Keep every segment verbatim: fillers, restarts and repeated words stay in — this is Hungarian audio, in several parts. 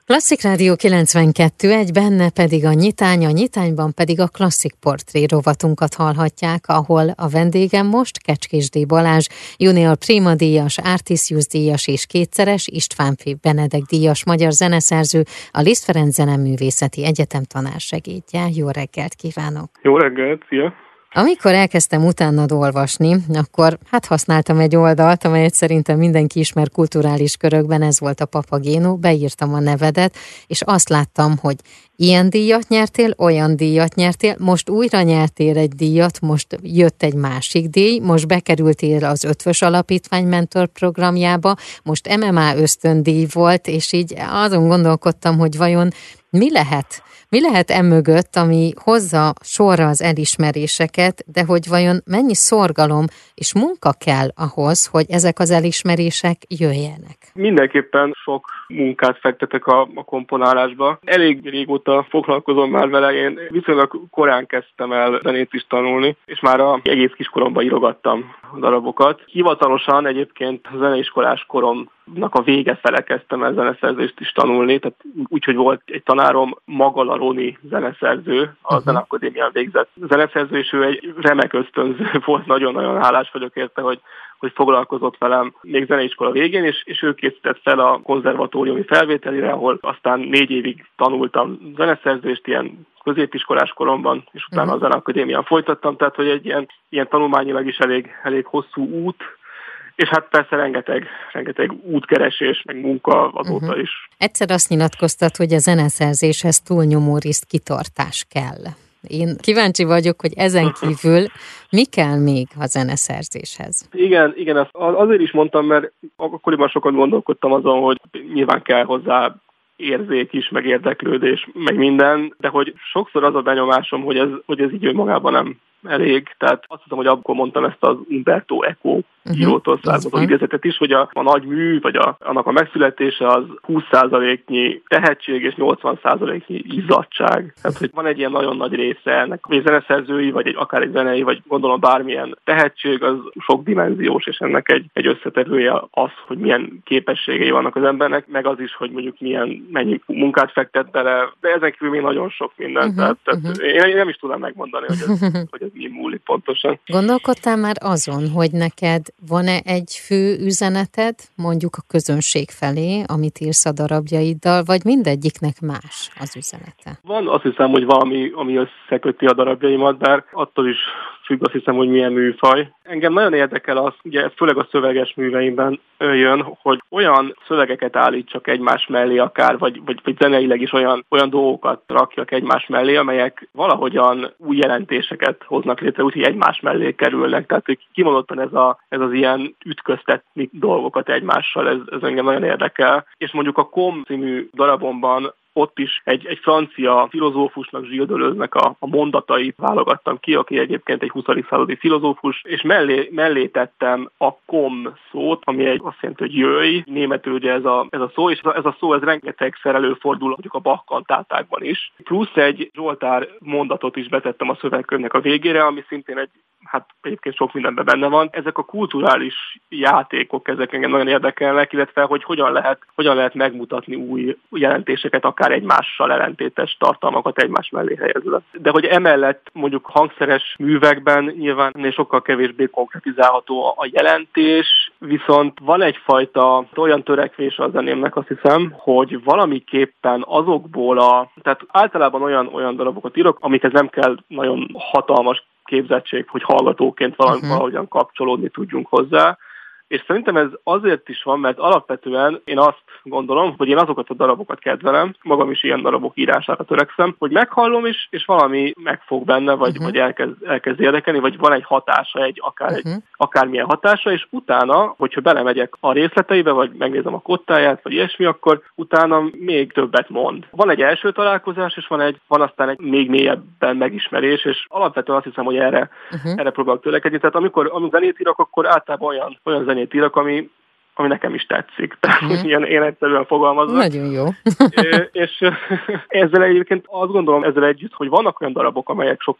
Klasszik Rádió kilencvenkettő egy, benne pedig a nyitány, a nyitányban pedig a klasszik portré rovatunkat hallhatják, ahol a vendégem most Kecskés D. Balázs, junior Prima díjas, Artisius díjas és kétszeres Istvánffy Benedek díjas magyar zeneszerző, a Liszt Ferenc Zeneművészeti Egyetem tanársegédje. Jó reggelt kívánok! Jó reggelt, szia! Amikor elkezdtem utánad olvasni, akkor hát használtam egy oldalt, amelyet szerintem mindenki ismer kulturális körökben, ez volt a Papagéno, beírtam a nevedet, és azt láttam, hogy ilyen díjat nyertél, olyan díjat nyertél, most újra nyertél egy díjat, most jött egy másik díj, most bekerültél az Ötvös Alapítvány mentor programjába, most em em á ösztöndíj volt, és így azon gondolkodtam, hogy vajon mi lehet? Mi lehet emögött, ami hozza sorra az elismeréseket, de hogy vajon mennyi szorgalom és munka kell ahhoz, hogy ezek az elismerések jöjjenek? Mindenképpen sok munkát fektetek a, a komponálásba. Elég régóta foglalkozom már vele, én viszonylag korán kezdtem el zenét is tanulni, és már a egész kiskoromban írogattam a darabokat. Hivatalosan egyébként a zeneiskolás korom a vége fele kezdtem el zeneszerzést is tanulni, tehát úgyhogy volt egy tanárom, Magala Roni zeneszerző, a uh-huh. Zeneakadémián végzett zeneszerző, és ő egy remek ösztönző volt, nagyon-nagyon hálás vagyok érte, hogy hogy foglalkozott velem még zeneiskola végén, és, és ő készített fel a konzervatóriumi felvételire, ahol aztán négy évig tanultam zeneszerzést, ilyen középiskolás koromban, és utána uh-huh. a Zeneakadémián folytattam, tehát hogy egy ilyen, ilyen tanulmányilag is elég, elég hosszú út, és hát persze rengeteg, rengeteg útkeresés, meg munka azóta uh-huh. is. Egyszer azt nyilatkoztat, hogy a zeneszerzéshez túlnyomó riszt kitartás kell. Én kíváncsi vagyok, hogy ezen kívül mi kell még a zeneszerzéshez? Igen, igen, azt azért is mondtam, mert akkoriban sokat gondolkodtam azon, hogy nyilván kell hozzá érzék is, meg érdeklődés, meg minden, de hogy sokszor az a benyomásom, hogy ez, hogy ez így önmagában nem elég. Tehát azt hiszem, hogy akkor mondtam ezt az Umberto Eco uh-huh. írótól származó idézetet is, hogy a, a nagy mű, vagy a, annak a megszületése az húsz százaléknyi tehetség és nyolcvan százaléknyi izzadság. Tehát, hogy van egy ilyen nagyon nagy része ennek, hogy zeneszerzői, vagy egy, akár egy zenei, vagy gondolom bármilyen tehetség, az sokdimenziós, és ennek egy, egy összetevője az, hogy milyen képességei vannak az embernek, meg az is, hogy mondjuk milyen, mennyi munkát fektet bele, de ezen kívül még nagyon sok minden. Uh-huh. Tehát, tehát uh-huh. én, én nem is tudom megmondani, hogy ez, hogy ez így múlik pontosan. Gondolkodtál már azon, hogy neked van-e egy fő üzeneted, mondjuk a közönség felé, amit írsz a darabjaiddal, vagy mindegyiknek más az üzenete? Van, azt hiszem, hogy valami, ami összeköti a darabjaimat, bár attól is függ, azt hiszem, hogy milyen műfaj. Engem nagyon érdekel az, ugye főleg a szöveges műveimben jön, hogy olyan szövegeket állítsak egymás mellé akár, vagy, vagy, vagy zeneileg is olyan, olyan dolgokat rakjak egymás mellé, amelyek valahogyan új jelentéseket hoznak létre, úgyhogy egymás mellé kerülnek. Tehát hogy kimondottan ez, a, ez az ilyen ütköztetni dolgokat egymással, ez, ez engem nagyon érdekel. És mondjuk a Kom című darabomban ott is egy, egy francia filozófusnak, Gilles Deleuze-nek a, a mondatait válogattam ki, aki egyébként egy huszadik századi filozófus, és mellé, mellé tettem a kom szót, ami egy azt jelenti, hogy jöjj, németül ugye ez a, ez a szó, és ez a, ez a szó ez rengetegszer előfordul mondjuk a Bach kantátákban is. Plusz egy Zsoltár mondatot is betettem a szövegkönyvnek a végére, ami szintén egy, hát egyébként sok mindenben benne van. Ezek a kulturális játékok, ezek engem nagyon érdekelnek, illetve hogy hogyan lehet, hogyan lehet megmutatni új jelentéseket, akár egymással ellentétes tartalmakat egymás mellé helyezve. De hogy emellett mondjuk hangszeres művekben nyilván sokkal kevésbé konkretizálható a jelentés, viszont van egyfajta olyan törekvés a zenémnek, azt hiszem, hogy valamiképpen azokból a, tehát általában olyan, olyan darabokat írok, amikhez nem kell nagyon hatalmas képzettség, hogy hallgatóként valahogyan uh-huh. kapcsolódni tudjunk hozzá. És szerintem ez azért is van, mert alapvetően én azt gondolom, hogy én azokat a darabokat kedvelem, magam is ilyen darabok írására törekszem, hogy meghallom is, és valami megfog benne, vagy, uh-huh. vagy elkezd, elkezd érdekelni, vagy van egy hatása, egy, akár uh-huh. egy akármilyen hatása, és utána, hogyha belemegyek a részleteibe, vagy megnézem a kottáját, vagy ilyesmi, akkor utána még többet mond. Van egy első találkozás, és van, egy, van aztán egy még mélyebben megismerés, és alapvetően azt hiszem, hogy erre, uh-huh. erre próbálok törekedni. Tehát amikor, amikor zenét írok, akkor általában olyan, olyan zenét írok, ami, ami nekem is tetszik. Tehát mm. ilyen én egyszerűen fogalmazok. Nagyon jó. és ezzel egyébként azt gondolom ezzel együtt, hogy vannak olyan darabok, amelyek sokkal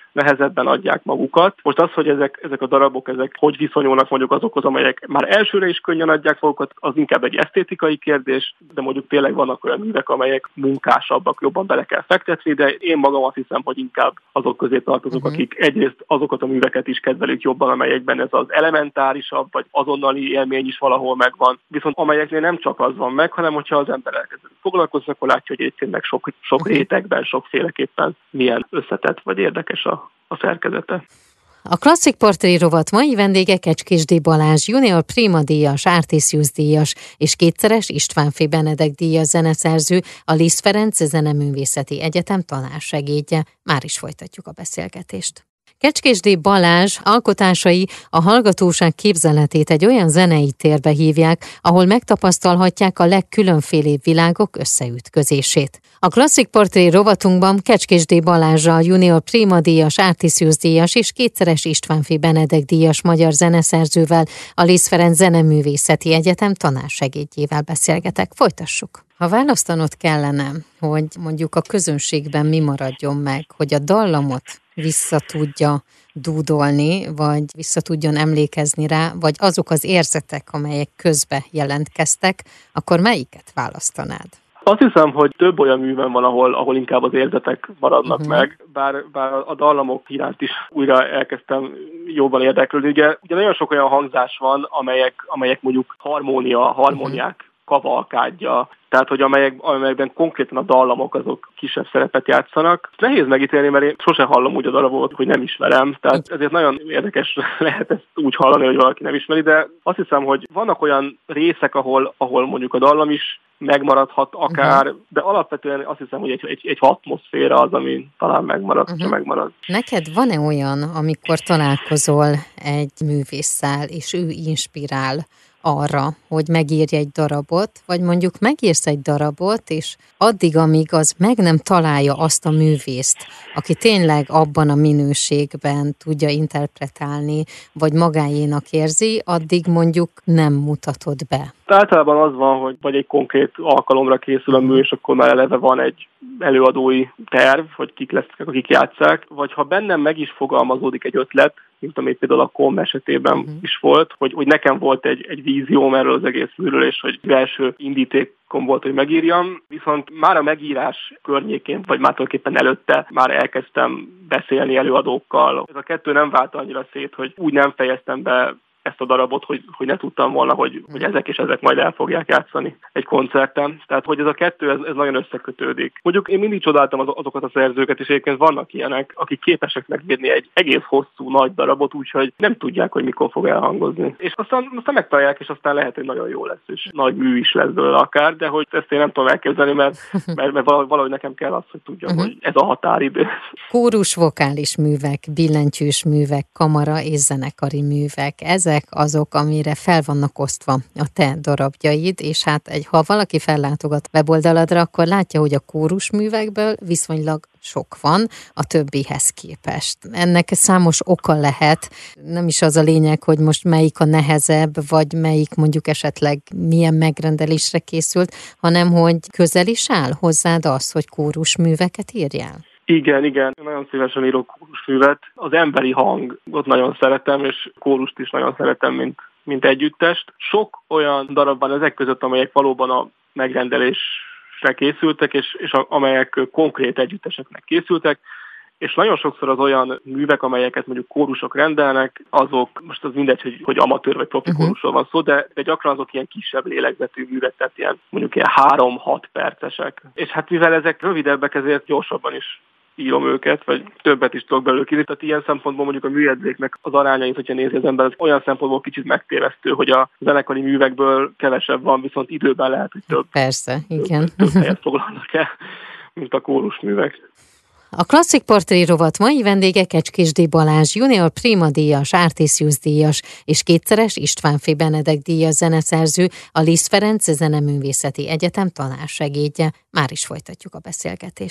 nehezebben adják magukat. Most az, hogy ezek, ezek a darabok, ezek hogy viszonyulnak mondjuk azokhoz, amelyek már elsőre is könnyen adják magukat, az inkább egy esztétikai kérdés, de mondjuk tényleg vannak olyan művek, amelyek munkásabbak, jobban bele kell fektetni, de én magam azt hiszem, hogy inkább azok közé tartozok, uh-huh. akik egyrészt azokat a műveket is kedvelik jobban, amelyekben ez az elementárisabb, vagy azonnali élmény is valahol megvan. Viszont amelyeknél nem csak az van meg, hanem hogyha az ember elkezd foglalkozni, akkor látja, hogy egyébként meg sok, sok rétegben, sokféleképpen milyen összetett vagy érdekes a, a szerkezete. A Klasszik Portré rovat mai vendége Kecskésdi Balázs, junior Prima díjas, Artisius díjas és kétszeres Istvánffy Benedek díjas zeneszerző, a Liszt Ferenc Zeneművészeti Egyetem tanársegédje. Már is folytatjuk a beszélgetést. Kecskésdi Balázs alkotásai a hallgatóság képzeletét egy olyan zenei térbe hívják, ahol megtapasztalhatják a legkülönfélébb világok összeütközését. A Klasszik Portré rovatunkban Kecskésdi Balázsral, junior Prima díjas, Artisius díjas és kétszeres Istvánffy Benedek díjas magyar zeneszerzővel, a Liszt Ferenc Zeneművészeti Egyetem tanársegédjével beszélgetek. Folytassuk! Ha választanod kellene, hogy mondjuk a közönségben mi maradjon meg, hogy a dallamot vissza tudja dúdolni, vagy vissza tudjon emlékezni rá, vagy azok az érzetek, amelyek közbe jelentkeztek, akkor melyiket választanád? Azt hiszem, hogy több olyan művem van, ahol, ahol inkább az érzetek maradnak uh-huh. meg, bár, bár a dallamok iránt is újra elkezdtem jobban érdeklődni. Ugye, ugye nagyon sok olyan hangzás van, amelyek, amelyek mondjuk harmónia, harmóniák uh-huh. kavalkádja, tehát hogy amelyek, amelyekben konkrétan a dallamok azok kisebb szerepet játszanak. Nehéz megítélni, mert én sosem hallom úgy a darabot, hogy nem ismerem, tehát ezért nagyon érdekes lehet ezt úgy hallani, hogy valaki nem ismeri, de azt hiszem, hogy vannak olyan részek, ahol, ahol mondjuk a dallam is megmaradhat akár, uh-huh. de alapvetően azt hiszem, hogy egy, egy, egy atmoszféra az, ami talán megmarad, uh-huh. ha megmarad. Neked van-e olyan, amikor találkozol egy művésszel, és ő inspirál arra, hogy megírj egy darabot, vagy mondjuk megírsz egy darabot, és addig, amíg az meg nem találja azt a művészt, aki tényleg abban a minőségben tudja interpretálni, vagy magáénak érzi, addig mondjuk nem mutatod be. Általában az van, hogy vagy egy konkrét alkalomra készül a mű, és akkor már eleve van egy előadói terv, hogy kik lesznek, akik játsszák, vagy ha bennem meg is fogalmazódik egy ötlet, mint ami például a Kom esetében uh-huh. is volt, hogy, hogy nekem volt egy, egy vízióm erről az egész műről, és hogy első indítékom volt, hogy megírjam, viszont már a megírás környékén, vagy már tulajdonképpen előtte már elkezdtem beszélni előadókkal. Ez a kettő nem vált annyira szét, hogy úgy nem fejeztem be ezt a darabot, hogy, hogy ne tudtam volna, hogy, hogy ezek és ezek majd el fogják játszani egy koncerten. Tehát, hogy ez a kettő, ez, ez nagyon összekötődik. Mondjuk én mindig csodáltam az, azokat a szerzőket, és egyébként vannak ilyenek, akik képesek megírni egy egész hosszú, nagy darabot, úgyhogy nem tudják, hogy mikor fog elhangozni. És aztán, aztán megtalálják, és aztán lehet, hogy nagyon jó lesz, és nagy mű is lesz belőle akár, de hogy ezt én nem tudom elképzelni, mert, mert, mert valahogy, valahogy nekem kell az, hogy tudjam, uh-huh. hogy ez a határidő. Kórus, vokális művek, billentyűs művek, kamara és zenekari művek. Ezek azok, amire fel vannak osztva a te darabjaid, és hát egy, ha valaki fellátogat weboldaladra, akkor látja, hogy a kórusművekből viszonylag sok van a többihez képest. Ennek számos oka lehet, nem is az a lényeg, hogy most melyik a nehezebb, vagy melyik mondjuk esetleg milyen megrendelésre készült, hanem hogy közel is áll hozzád az, hogy kórusműveket írjál? Igen, igen. Nagyon szívesen írok kórusművet. Az emberi hangot nagyon szeretem, és kórust is nagyon szeretem, mint, mint együttest. Sok olyan darab van ezek között, amelyek valóban a megrendelésre készültek, és, és a, amelyek konkrét együtteseknek készültek. És nagyon sokszor az olyan művek, amelyeket mondjuk kórusok rendelnek, azok, most az mindegy, hogy, hogy amatőr vagy profi uh-huh. kórusról van szó, de, de gyakran azok ilyen kisebb lélegzetű művek, tehát ilyen, mondjuk ilyen három-hat percesek. És hát mivel ezek rövidebbek, ezért gyorsabban is írom őket, vagy többet is tudok belőle írni. Tehát ilyen szempontból mondjuk a műjegyzéknek az arányait, hogyha nézi az ember, az olyan szempontból kicsit megtévesztő, hogy a zenekari művekből kevesebb van, viszont időben lehet, hogy több. Persze, igen. Több, több helyet foglalnak el, mint a kórusművek. A Klasszik Portré rovat mai vendége Kecskésdi Balázs, junior Prima díjas, Artisius díjas és kétszeres Istvánffy Benedek díjas zeneszerző, a Liszt Ferenc Zeneművészeti Egyetem tanársegédje. Már is folytatjuk a beszélgetést.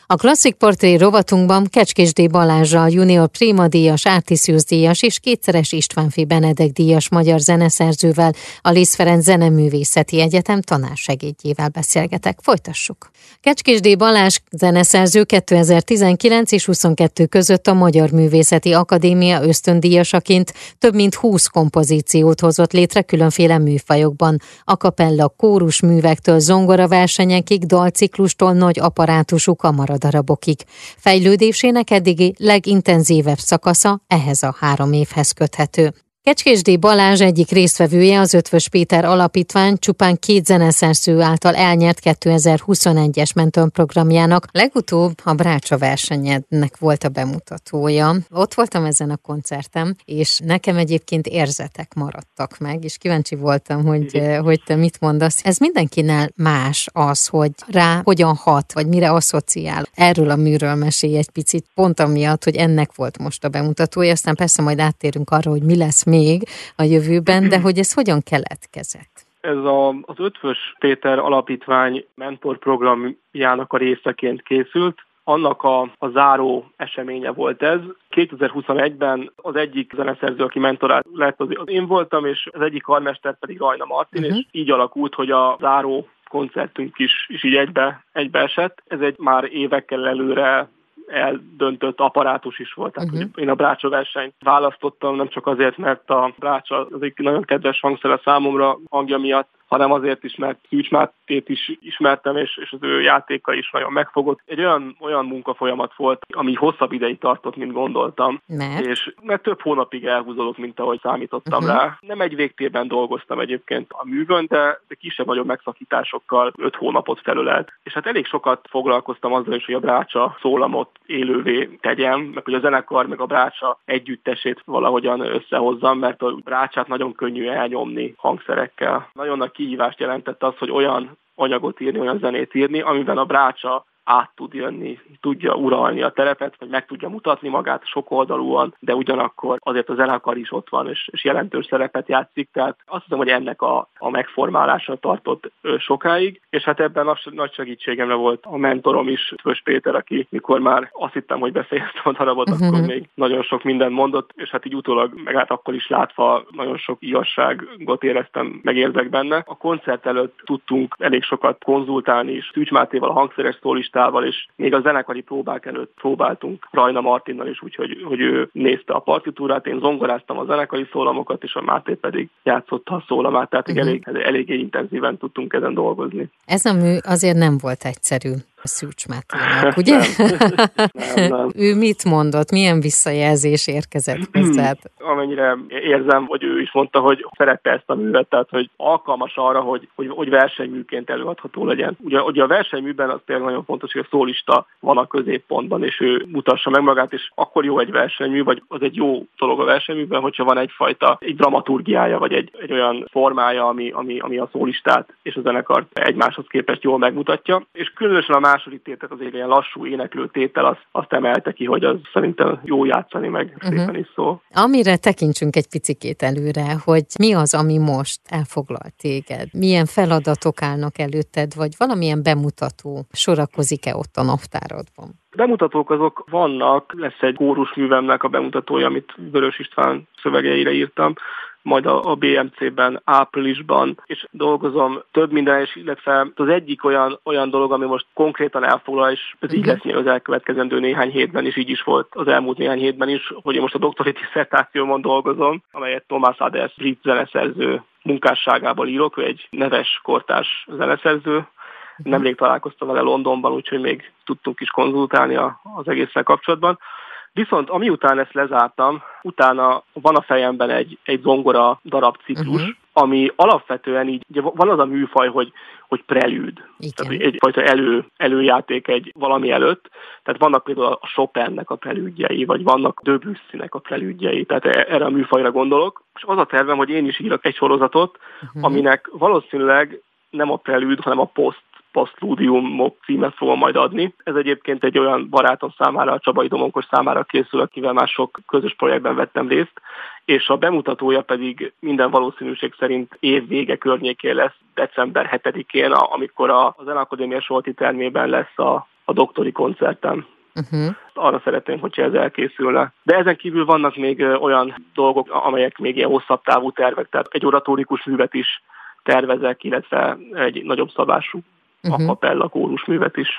A klasszik portré rovatunkban Kecskés D. Balázsral junior Prima díjas, Artisius díjas és kétszeres Istvánffy Benedek díjas magyar zeneszerzővel, a Liszt Ferenc Zeneművészeti Egyetem tanársegédjével beszélgetek. Folytassuk. Kecskés D. Balázs zeneszerző kétezer-tizenkilenc és huszonkettő között a Magyar Művészeti Akadémia ösztöndíjasaként több mint húsz kompozíciót hozott létre különféle műfajokban, a kapella kórus művektől zongoraversenyekig, dalciklustól nagy apparátusú kamaradarabokig. Fejlődésének eddigi legintenzívebb szakasza ehhez a három évhez köthető. Kecskés D. Balázs egyik résztvevője az Eötvös Péter Alapítvány csupán két zeneszerző által elnyert kétezer-huszonegyes mentorprogramjának. Legutóbb a Brácsa versenyednek volt a bemutatója. Ott voltam ezen a koncerten, és nekem egyébként érzetek maradtak meg, és kíváncsi voltam, hogy, hogy te mit mondasz. Ez mindenkinél más az, hogy rá hogyan hat, vagy mire asszociál. Erről a műről mesélj egy picit, pont amiatt, hogy ennek volt most a bemutatója, aztán persze majd áttérünk arra, hogy mi lesz még a jövőben, de hogy ez hogyan keletkezett? Ez a, az Eötvös Péter Alapítvány mentorprogramjának a részeként készült. Annak a, a záró eseménye volt ez. kétezer-huszonegyben az egyik zeneszerző, aki mentorál lett, az, az én voltam, és az egyik karmester pedig Rajna Martin, uh-huh. és így alakult, hogy a záró koncertünk is, is így egybe, egybeesett. Ez egy már évekkel előre eldöntött apparátus is volt. Tehát, uh-huh. én a Brácsa versenyt választottam, nem csak azért, mert a Brácsa az egy nagyon kedves hangszere számomra hangja miatt, hanem azért is, mert Szűcs Mátét is ismertem, és, és az ő játéka is nagyon megfogott. Egy olyan, olyan munkafolyamat volt, ami hosszabb ideig tartott, mint gondoltam. Mert? És mert több hónapig elhúzódott, mint ahogy számítottam uh-huh. rá. Nem egy végtében dolgoztam egyébként a művön, de, de kisebb-nagyobb megszakításokkal öt hónapot felölelt. És hát elég sokat foglalkoztam azzal is, hogy a Brácsa szólamot élővé tegyem, meg hogy a zenekar, meg a Brácsa együttesét valahogyan összehozzam, mert a Brácsát nagyon könnyű elnyomni hangszerekkel. Nagyon nagy kihívást jelentett az, hogy olyan anyagot írni, olyan zenét írni, amiben a Brácsa át tud jönni, tudja uralni a terepet, vagy meg tudja mutatni magát sokoldalúan, de ugyanakkor azért a zenekar is ott van, és, és jelentős szerepet játszik, tehát azt hiszem, hogy ennek a, a megformálása tartott ö, sokáig, és hát ebben a, nagy segítségemre volt a mentorom is, Eötvös Péter, aki mikor már azt hittem, hogy befejeztem a darabot, uh-huh. akkor még nagyon sok mindent mondott, és hát így utólag, meg hát akkor is látva nagyon sok igazságot éreztem, megérzek benne. A koncert előtt tudtunk elég sokat konzultálni is, Szűcs Mátéval, a hangszeres szólistával, és még a zenekari próbák előtt próbáltunk Rajna Martinnal is, úgyhogy hogy ő nézte a partitúrát, én zongoráztam a zenekari szólamokat, és a Máté pedig játszotta a szólamát, tehát uh-huh. elég, eléggé intenzíven tudtunk ezen dolgozni. Ez a mű azért nem volt egyszerű a Szűcs Máténak, ugye? nem, nem. Ő mit mondott? Milyen visszajelzés érkezett hozzá? Amennyire érzem, hogy ő is mondta, hogy szerette ezt a művet, tehát hogy alkalmas arra, hogy, hogy, hogy versenyműként előadható legyen. Ugye, ugye a versenyműben az tényleg nagyon fontos, hogy a szólista van a középpontban, és ő mutassa meg magát, és akkor jó egy versenymű, vagy az egy jó dolog a versenyműben, hogyha van egyfajta egy dramaturgiája, vagy egy, egy olyan formája, ami, ami, ami a szólistát és a zenekart egymáshoz képest jól megmutatja. És különösen a második tétet, az egy ilyen lassú éneklő tétel, azt, azt emelte ki, hogy az szerintem jó játszani, meg uh-huh. szépen is szól. Amire tekintsünk egy picikét előre, hogy mi az, ami most elfoglalt téged? Milyen feladatok állnak előtted, vagy valamilyen bemutató sorakozik-e ott a naptáradban? Bemutatók azok vannak, lesz egy kórusművemnek a bemutatója, amit Vörös István szövegeire írtam, majd a, a bé em cében áprilisban, és dolgozom több minden, és illetve az egyik olyan, olyan dolog, ami most konkrétan elfoglal, és ez így lesz az elkövetkezendő néhány hétben, és így is volt az elmúlt néhány hétben is, hogy én most a doktori disszertációmon dolgozom, amelyet Thomas Aders brit zeneszerző munkásságából írok, ő egy neves kortárs zeneszerző. Nemrég találkoztam vele Londonban, úgyhogy még tudtunk is konzultálni a, az egésszel kapcsolatban. Viszont amiután ezt lezártam, utána van a fejemben egy, egy zongora darab ciklus, uh-huh. ami alapvetően így, ugye van az a műfaj, hogy, hogy prelűd, tehát egyfajta elő, előjáték egy valami előtt, tehát vannak például a Chopinnek a prelűdjei, vagy vannak Debussynek a prelűdjei, tehát erre a műfajra gondolok, és az a tervem, hogy én is írok egy sorozatot, uh-huh. aminek valószínűleg nem a prelűd, hanem a poszt, posztlúdiumok címet fogom majd adni. Ez egyébként egy olyan barátom számára, a Csabai Domonkos számára készül, akivel már sok közös projektben vettem részt, és a bemutatója pedig minden valószínűség szerint év vége környékén lesz, december hetedikén, amikor a Zeneakadémia Solti termében lesz a a doktori koncerten. Uh-huh. Arra szeretném, hogyha ez elkészülne. De ezen kívül vannak még olyan dolgok, amelyek még ilyen hosszabb távú tervek, tehát egy oratórikus művet is tervezek, illetve egy nagyobb szabású uh-huh. a kapella kórus művet is.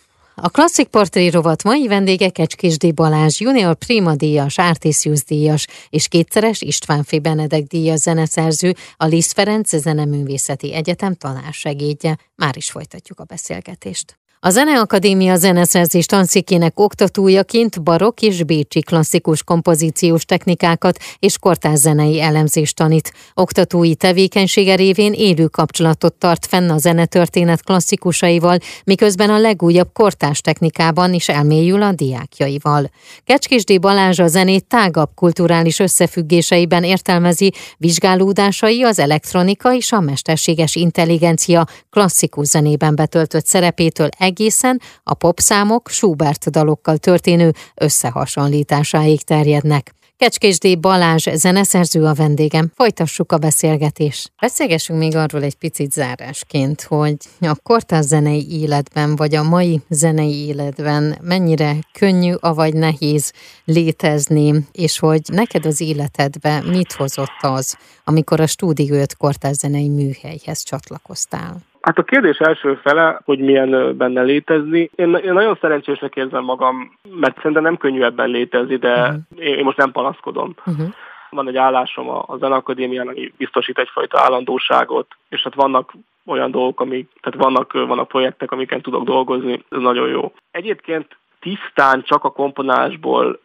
A Klasszik Portré rovat mai vendége Kecskésdi Balázs, junior prima díjas, Artisius díjas és kétszeres Istvánffy Benedek díjas zeneszerző, a Liszt Ferenc Zeneművészeti Egyetem tanársegédje. Már is folytatjuk a beszélgetést. A Zeneakadémia zeneszerzés tanszékének oktatójaként barokk és bécsi klasszikus kompozíciós technikákat és kortárs zenei elemzést tanít. Oktatói tevékenysége révén élő kapcsolatot tart fenn a zenetörténet klasszikusaival, miközben a legújabb kortárs technikában is elmélyül a diákjaival. Kecskésdi Balázs a zenét tágabb kulturális összefüggéseiben értelmezi, vizsgálódásai az elektronika és a mesterséges intelligencia klasszikus zenében betöltött szerepétől egészen a popszámok Schubert dalokkal történő összehasonlításáig terjednek. Kecskésdi Balázs zeneszerző a vendégem. Folytassuk a beszélgetést. Beszélgessünk még arról egy picit zárásként, hogy a kortárs zenei életben, vagy a mai zenei életben mennyire könnyű, avagy nehéz létezni, és hogy neked az életedbe mit hozott az, amikor a Stúdió öt kortárs zenei műhelyhez csatlakoztál? Hát a kérdés első fele, hogy milyen benne létezni. Én, én nagyon szerencsésnek érzem magam, mert szerintem nem könnyű ebben létezni, de uh-huh. én, én most nem panaszkodom. Uh-huh. Van egy állásom a, a Zeneakadémián, ami biztosít egyfajta állandóságot, és hát vannak olyan dolgok, amik, tehát vannak, vannak projektek, amiken tudok dolgozni, ez nagyon jó. Egyébként tisztán csak a komponálásból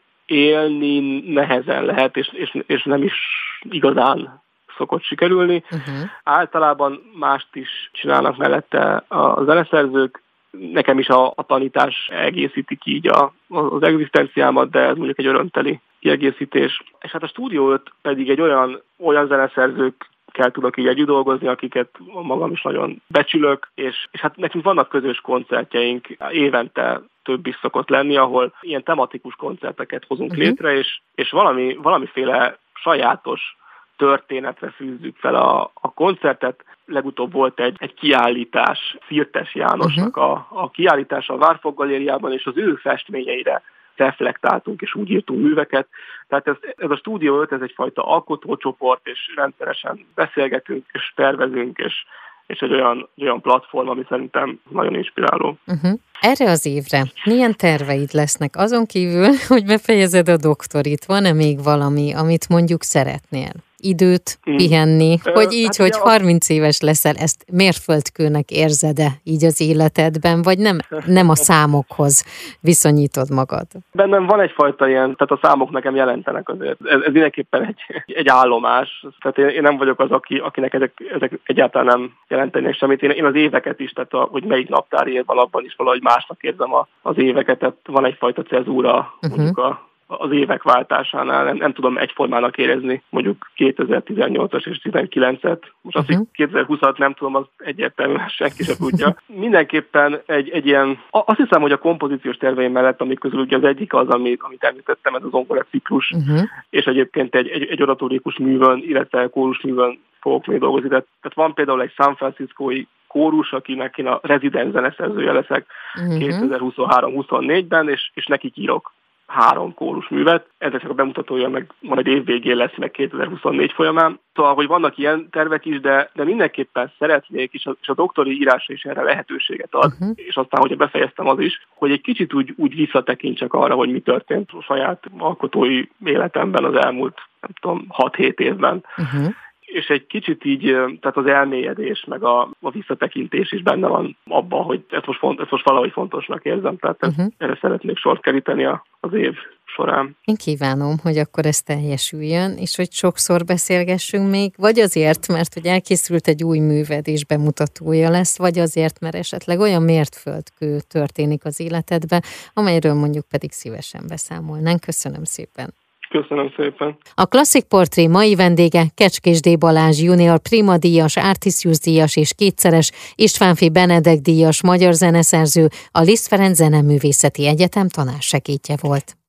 élni nehezen lehet, és, és, és nem is igazán szokott sikerülni. Uh-huh. Általában mást is csinálnak mellette a zeneszerzők. Nekem is a, a tanítás egészíti ki így a, az egzisztenciámat, de ez mondjuk egy örömteli kiegészítés. És hát a Stúdió öt pedig egy olyan, olyan zeneszerzőkkel tudok így együtt dolgozni, akiket magam is nagyon becsülök, és, és hát nekünk vannak közös koncertjeink, évente több is szokott lenni, ahol ilyen tematikus koncerteket hozunk uh-huh. létre, és, és valami, valamiféle sajátos történetre fűzzük fel a, a koncertet. Legutóbb volt egy, egy kiállítás, Szirtes Jánosnak uh-huh. a, a kiállítása a Várfok Galériában, és az ő festményeire reflektáltunk, és úgy írtunk műveket. Tehát ez, ez a Stúdió öt, ez egyfajta alkotócsoport, és rendszeresen beszélgetünk, és tervezünk, és, és egy olyan, olyan platform, ami szerintem nagyon inspiráló. Uh-huh. Erre az évre milyen terveid lesznek? Azon kívül, hogy befejezed a doktorit, van-e még valami, amit mondjuk szeretnél? Időt pihenni, mm. hogy így, hát hogy ugye harminc éves leszel, ezt mérföldkőnek érzed-e így az életedben, vagy nem, nem a számokhoz viszonyítod magad? Bennem van egyfajta ilyen, tehát a számok nekem jelentenek azért. Ez, ez mindenképpen egy, egy állomás. Tehát én, én nem vagyok az, aki, akinek ezek, ezek egyáltalán nem jelentenek semmit. Én, én az éveket is, tehát a, hogy melyik naptár év van, abban is valahogy másnak érzem a, az éveket, tehát van egyfajta cezúra, uh-huh. mondjuk a az évek váltásánál, nem, nem tudom egyformának érezni mondjuk kétezer-tizennyolcas és tizenkilencet. Most azt, uh-huh. hogy kétezer-húszat nem tudom, az egyértelműen senki sem tudja. Mindenképpen egy, egy ilyen, azt hiszem, hogy a kompozíciós terveim mellett, amik közül ugye az egyik az, amit, amit említettem, ez az zongora ciklus, uh-huh. és egyébként egy, egy, egy oratórikus művön, illetve kórus művön fogok még dolgozni. Tehát van például egy San Franciscói kórus, akinek én a rezidens zeneszerzője leszek uh-huh. kétezer-huszonhárom-huszonnégyben, és, és nekik írok három kórus művet. Ezek csak a bemutatója meg majd év végén lesz, meg kétezer-huszonnégy folyamán. Szóval, hogy vannak ilyen tervek is, de, de mindenképpen szeretnék, és a, és a doktori írása is erre lehetőséget ad, uh-huh. és aztán, hogyha befejeztem az is, hogy egy kicsit úgy, úgy visszatekintsek arra, hogy mi történt a saját alkotói életemben az elmúlt, nem tudom, hat-hét évben. Uh-huh. És egy kicsit így, tehát az elmélyedés, meg a, a visszatekintés is benne van abban, hogy ezt most, font, ezt most valahogy fontosnak érzem, tehát uh-huh. erre szeretnék sort keríteni a, az év során. Én kívánom, hogy akkor ez teljesüljön, és hogy sokszor beszélgessünk még, vagy azért, mert hogy elkészült egy új műved és bemutatója lesz, vagy azért, mert esetleg olyan mértföldkő történik az életedbe, amelyről mondjuk pedig szívesen beszámolnánk. Köszönöm szépen. Köszönöm szépen. A Klasszik Portré mai vendége Kecskésdi Balázs, junior prima díjas, Artisius díjas és kétszeres Istvánffy Benedek díjas magyar zeneszerző, a Liszt Ferenc Zeneművészeti Egyetem tanársegédje volt.